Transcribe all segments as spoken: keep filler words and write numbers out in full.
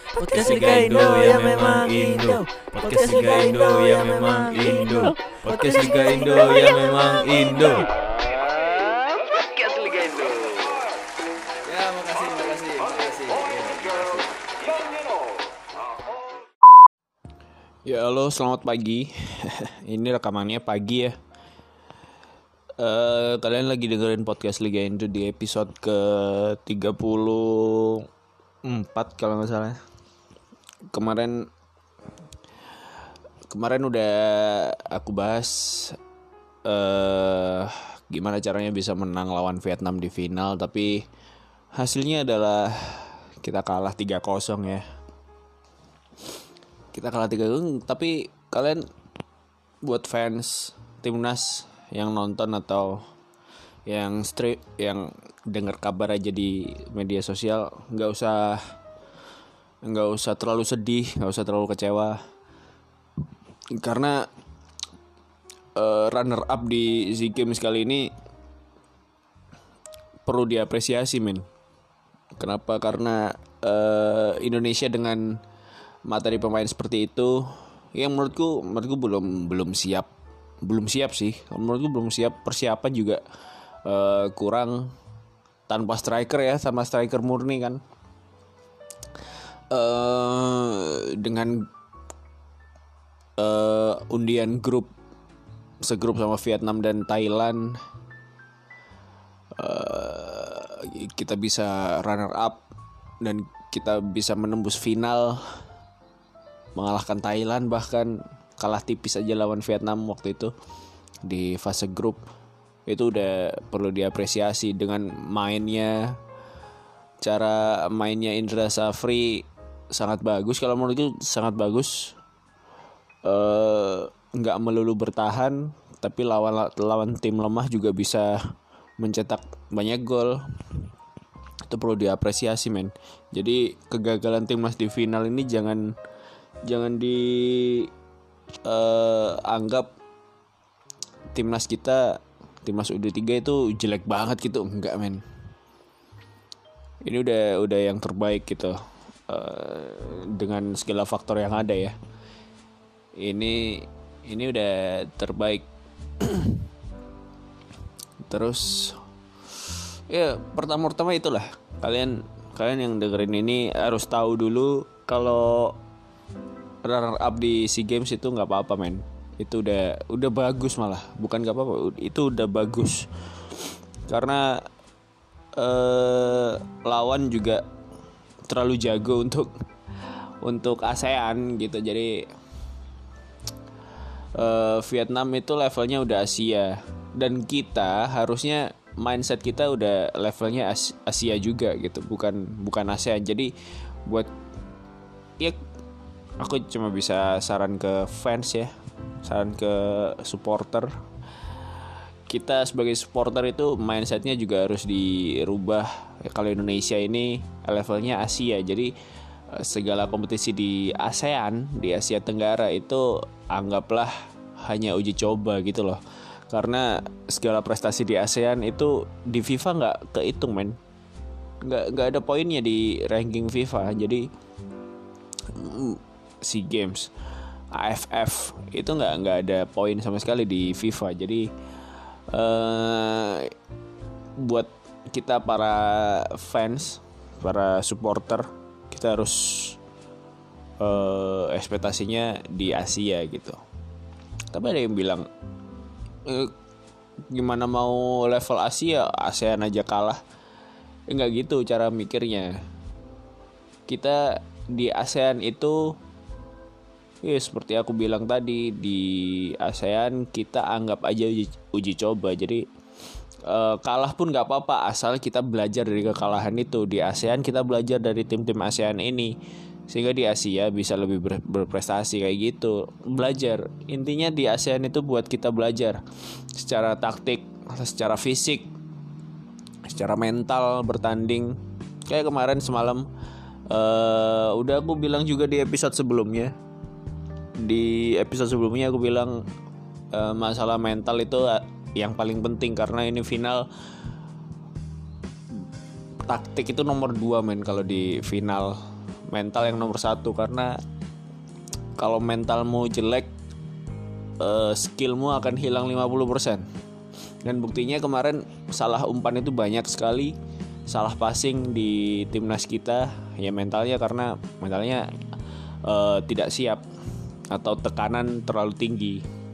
Podcast Liga Indo yang memang Indo. Podcast Liga Indo yang memang Indo. Podcast Liga Indo yang memang Indo. Podcast Liga Indo. Ya, makasih, makasih, makasih. Ya halo, selamat pagi. Ini rekamannya pagi ya. Uh, kalian lagi dengerin podcast Liga Indo di episode ke tiga puluh empat kalau nggak salah. Kemarin kemarin udah aku bahas uh, gimana caranya bisa menang lawan Vietnam di final, tapi hasilnya adalah kita kalah tiga kosong ya. Kita kalah tiga kosong, tapi kalian buat fans timnas yang nonton atau yang stream, yang dengar kabar aja di media sosial, nggak usah nggak usah terlalu sedih, nggak usah terlalu kecewa, karena uh, runner up di SEA Games kali ini perlu diapresiasi, men. Kenapa? Karena uh, Indonesia dengan materi pemain seperti itu, yang menurutku menurutku belum belum siap. Belum siap sih, menurutku belum siap. Persiapan juga uh, kurang, tanpa striker ya, sama striker murni kan. Uh, dengan uh, undian grup segrup sama Vietnam dan Thailand, uh, kita bisa runner up dan kita bisa menembus final, mengalahkan Thailand, bahkan kalah tipis aja lawan Vietnam waktu itu di fase grup. Itu udah perlu diapresiasi. Dengan mainnya, cara mainnya Indra Safri sangat bagus. Kalau menurutku sangat bagus. Nggak uh, melulu bertahan, tapi lawan lawan tim lemah juga bisa mencetak banyak gol. Itu perlu diapresiasi, men. Jadi kegagalan timnas di final ini jangan jangan di Uh, anggap timnas kita, timnas U D tiga itu jelek banget gitu. Enggak, men. Ini udah udah yang terbaik gitu, uh, dengan segala faktor yang ada ya. Ini ini udah terbaik. Terus ya pertama-tama itulah, kalian kalian yang dengerin ini harus tahu dulu kalau runner up di SEA Games itu nggak apa-apa, men. Itu udah udah bagus, malah bukan nggak apa-apa, itu udah bagus. Karena eh, lawan juga terlalu jago untuk untuk ASEAN gitu. Jadi eh, Vietnam itu levelnya udah Asia, dan kita harusnya mindset kita udah levelnya As- Asia juga gitu, bukan bukan ASEAN. Jadi buat ya, aku cuma bisa saran ke fans ya, saran ke supporter. Kita sebagai supporter itu mindsetnya juga harus dirubah. Kalau Indonesia ini levelnya Asia, jadi segala kompetisi di ASEAN, di Asia Tenggara itu anggaplah hanya uji coba gitu loh. Karena segala prestasi di ASEAN itu di FIFA nggak kehitung, men. Nggak nggak ada poinnya di ranking FIFA. Jadi SEA Games, A F F itu nggak nggak ada poin sama sekali di FIFA. Jadi uh, buat kita para fans, para supporter, kita harus uh, ekspektasinya di Asia gitu. Tapi ada yang bilang, e, gimana mau level Asia, ASEAN aja kalah. Ya, nggak gitu cara mikirnya. Kita di ASEAN itu, ya seperti aku bilang tadi, di ASEAN kita anggap aja uji, uji coba. Jadi uh, kalah pun gak apa-apa, asal kita belajar dari kekalahan itu. Di ASEAN kita belajar dari tim-tim ASEAN ini, sehingga di Asia bisa lebih ber, berprestasi kayak gitu. Belajar, intinya di ASEAN itu buat kita belajar secara taktik, secara fisik, secara mental bertanding. Kayak kemarin semalam, uh, udah aku bilang juga di episode sebelumnya. Di episode sebelumnya aku bilang uh, masalah mental itu yang paling penting, karena ini final. Taktik itu nomor dua, men, kalau di final. mental yang nomor satu, karena kalau mentalmu jelek, uh, skillmu akan hilang lima puluh persen. Dan buktinya kemarin salah umpan itu banyak sekali, salah passing di timnas kita, ya mentalnya karena mentalnya uh, tidak siap atau tekanan terlalu tinggi.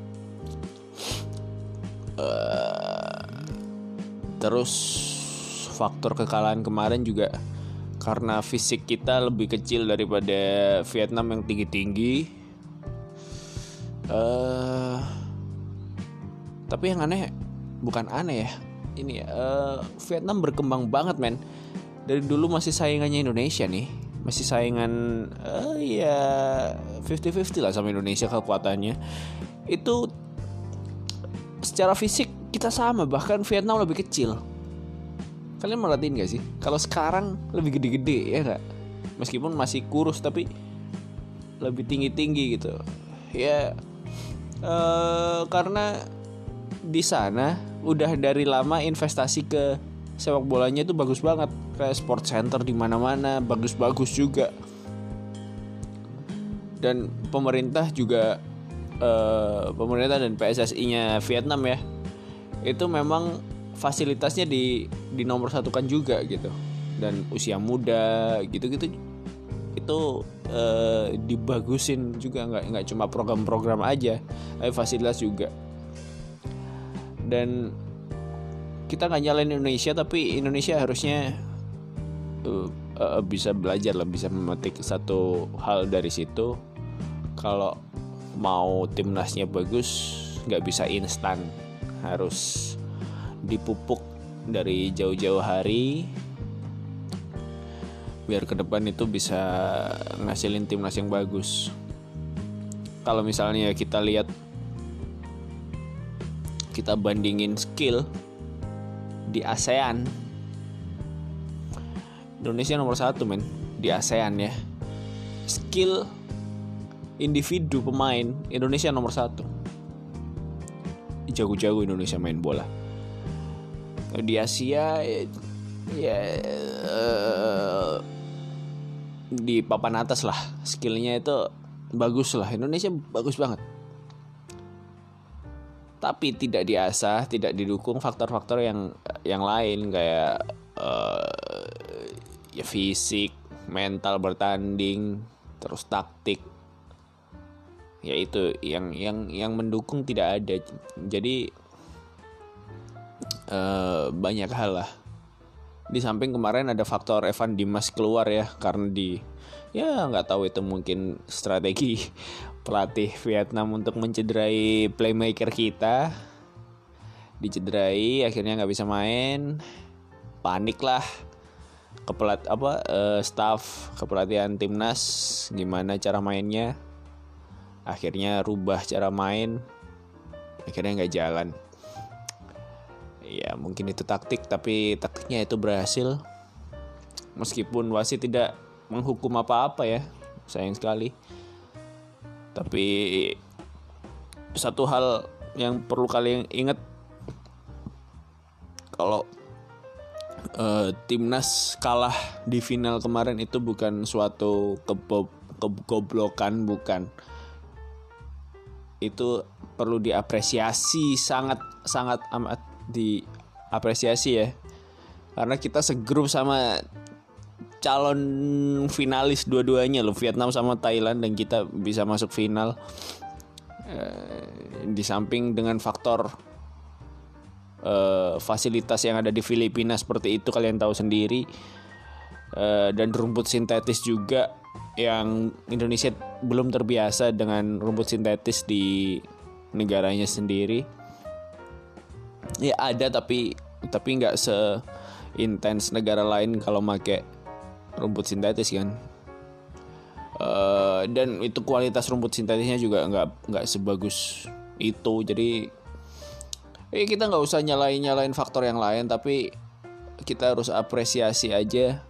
Uh, terus faktor kekalahan kemarin juga karena fisik kita lebih kecil daripada Vietnam yang tinggi-tinggi. Uh, tapi yang aneh, bukan aneh ya, ini uh, Vietnam berkembang banget men. Dari dulu masih saingannya Indonesia nih, masih saingan uh, ya fifty fifty lah sama Indonesia kekuatannya. Itu secara fisik kita sama, bahkan Vietnam lebih kecil. Kalian merhatiin gak sih? Kalau sekarang lebih gede-gede ya gak? Meskipun masih kurus tapi lebih tinggi-tinggi gitu. Ya uh, karena di sana udah dari lama investasi ke sepak bolanya itu bagus banget. Kayak sport center di mana-mana, bagus-bagus juga. Dan pemerintah juga uh, pemerintah dan P S S I-nya Vietnam ya, itu memang fasilitasnya di di nomor satukan juga gitu. Dan usia muda gitu-gitu itu uh, dibagusin juga, nggak nggak cuma program-program aja, tapi fasilitas juga. Dan kita nggak nyalain Indonesia, tapi Indonesia harusnya uh, uh, bisa belajar lah, bisa memetik satu hal dari situ. Kalau mau timnasnya bagus, nggak bisa instan, harus dipupuk dari jauh-jauh hari biar ke depan itu bisa ngasilin timnas yang bagus. Kalau misalnya kita lihat, kita bandingin skill di ASEAN, Indonesia nomor satu men di ASEAN ya. Skill individu pemain Indonesia nomor satu. Jago-jago Indonesia main bola. Di Asia ya, ya uh, di papan atas lah, skillnya itu bagus lah, Indonesia bagus banget. Tapi tidak diasah, tidak didukung faktor-faktor yang yang lain kayak uh, ya fisik, mental bertanding, terus taktik. Ya itu yang yang yang mendukung tidak ada. Jadi Uh, banyak hal lah. Di samping kemarin ada faktor Evan Dimas keluar ya, karena di ya nggak tahu itu mungkin strategi pelatih Vietnam untuk mencederai playmaker kita. Dicederai, akhirnya nggak bisa main, panik lah kepelat apa uh, staff kepelatihan timnas gimana cara mainnya. Akhirnya rubah cara main, akhirnya nggak jalan. Ya mungkin itu taktik, tapi taktiknya itu berhasil. Meskipun wasit tidak menghukum apa-apa ya, sayang sekali. Tapi satu hal yang perlu kalian ingat, kalau uh, timnas kalah di final kemarin itu bukan suatu kebo- kegoblokan, bukan. Itu perlu diapresiasi, sangat sangat amat diapresiasi ya, karena kita segrup sama calon finalis dua-duanya loh, Vietnam sama Thailand, dan kita bisa masuk final. Eh, di samping dengan faktor eh, fasilitas yang ada di Filipina seperti itu, kalian tahu sendiri, eh, dan rumput sintetis juga yang Indonesia belum terbiasa dengan rumput sintetis di negaranya sendiri. Ya ada, tapi tapi nggak seintens negara lain kalau pakai rumput sintetis kan. Uh, dan itu kualitas rumput sintetisnya juga nggak nggak sebagus itu. Jadi eh, kita nggak usah nyalain nyalain faktor yang lain, tapi kita harus apresiasi aja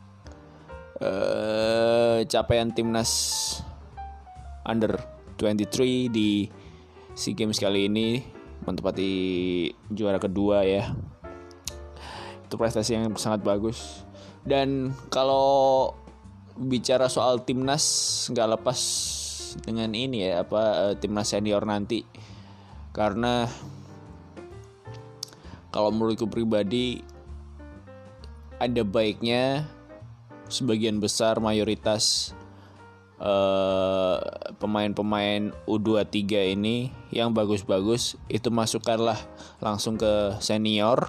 uh, capaian timnas under twenty-three di SEA Games kali ini, menempati juara kedua ya. Itu prestasi yang sangat bagus. Dan kalau bicara soal timnas nggak lepas dengan ini ya apa timnas senior nanti, karena kalau menurutku pribadi ada baiknya sebagian besar mayoritas uh, pemain-pemain U dua puluh tiga ini yang bagus-bagus itu masukkanlah langsung ke senior,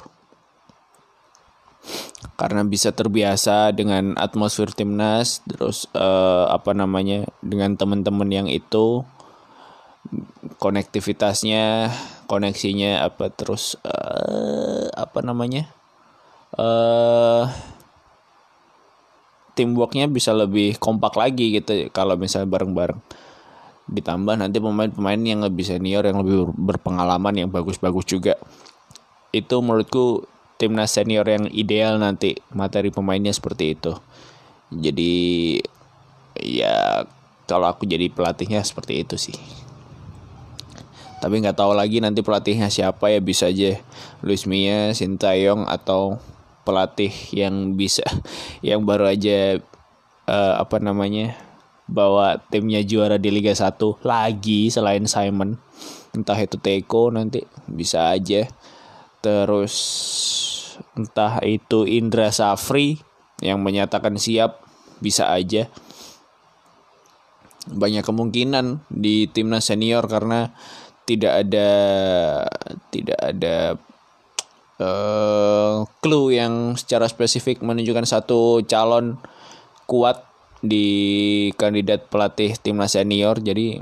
karena bisa terbiasa dengan atmosfer timnas, terus uh, apa namanya dengan teman-teman yang itu, konektivitasnya, koneksinya apa terus uh, apa namanya uh, teamworknya bisa lebih kompak lagi gitu kalau misalnya bareng-bareng. Ditambah nanti pemain-pemain yang lebih senior, yang lebih berpengalaman, yang bagus-bagus juga. Itu menurutku timnas senior yang ideal nanti, materi pemainnya seperti itu. Jadi ya kalau aku jadi pelatihnya seperti itu sih. Tapi nggak tahu lagi nanti pelatihnya siapa ya, bisa aja Luis Milla, Sintayong, atau pelatih yang bisa yang baru aja uh, apa namanya bawa timnya juara di Liga satu lagi selain Simon, entah itu Teko nanti bisa aja, terus entah itu Indra Safri yang menyatakan siap, bisa aja. Banyak kemungkinan di timnas senior karena tidak ada tidak ada Uh, clue yang secara spesifik menunjukkan satu calon kuat di kandidat pelatih timnas senior. Jadi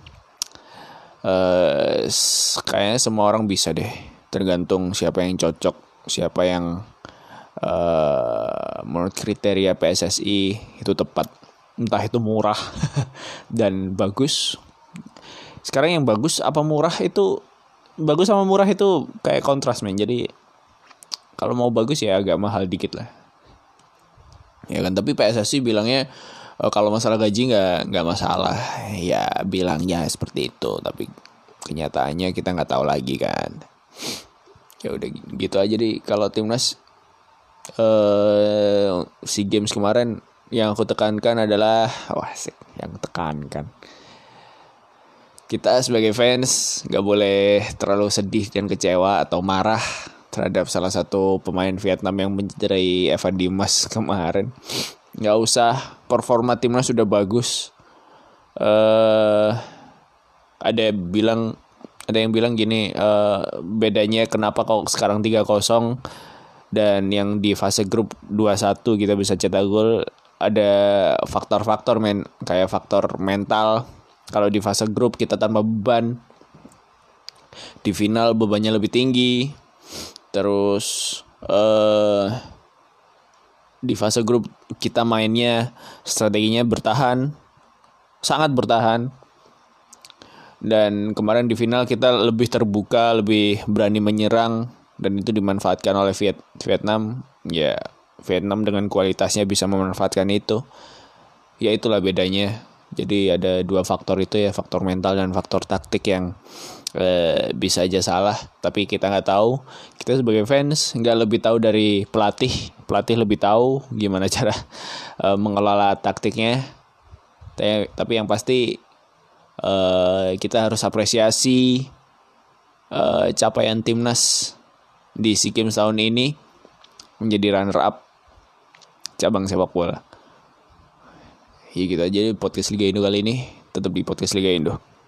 uh, kayaknya semua orang bisa deh, tergantung siapa yang cocok, siapa yang uh, menurut kriteria P S S I itu tepat, entah itu murah dan bagus. Sekarang yang bagus apa murah itu, bagus sama murah itu kayak kontras men. Jadi kalau mau bagus ya agak mahal dikit lah, ya kan. Tapi P S S I bilangnya e, kalau masalah gaji nggak nggak masalah, ya bilangnya seperti itu. Tapi kenyataannya kita nggak tahu lagi kan. Ya udah gitu aja deh. Kalau timnas eh, SEA Games kemarin yang aku tekankan adalah, wah sih, yang tekankan. Kita sebagai fans gak boleh terlalu sedih dan kecewa atau marah terhadap salah satu pemain Vietnam yang mencederai Evan Dimas kemarin. Gak usah, performa timnas sudah bagus. Uh, ada bilang, ada yang bilang gini, uh, bedanya kenapa kok sekarang tiga kosong dan yang di fase grup dua satu kita bisa cetak gol, ada faktor-faktor men, kayak faktor mental. Kalau di fase grup kita tanpa beban, di final bebannya lebih tinggi. Terus uh, di fase grup kita mainnya strateginya bertahan, sangat bertahan. Dan kemarin di final kita lebih terbuka, lebih berani menyerang, dan itu dimanfaatkan oleh Viet- Vietnam. Ya, Vietnam dengan kualitasnya bisa memanfaatkan itu. Ya itulah bedanya. Jadi ada dua faktor itu ya, faktor mental dan faktor taktik yang eh, bisa aja salah. Tapi kita nggak tahu. Kita sebagai fans nggak lebih tahu dari pelatih. Pelatih lebih tahu gimana cara eh, mengelola taktiknya. Tapi, tapi yang pasti eh, kita harus apresiasi eh, capaian timnas di SEA Games tahun ini menjadi runner up cabang sepak bola. Ya gitu aja podcast Liga Indo kali ini. Tetap di podcast Liga Indo.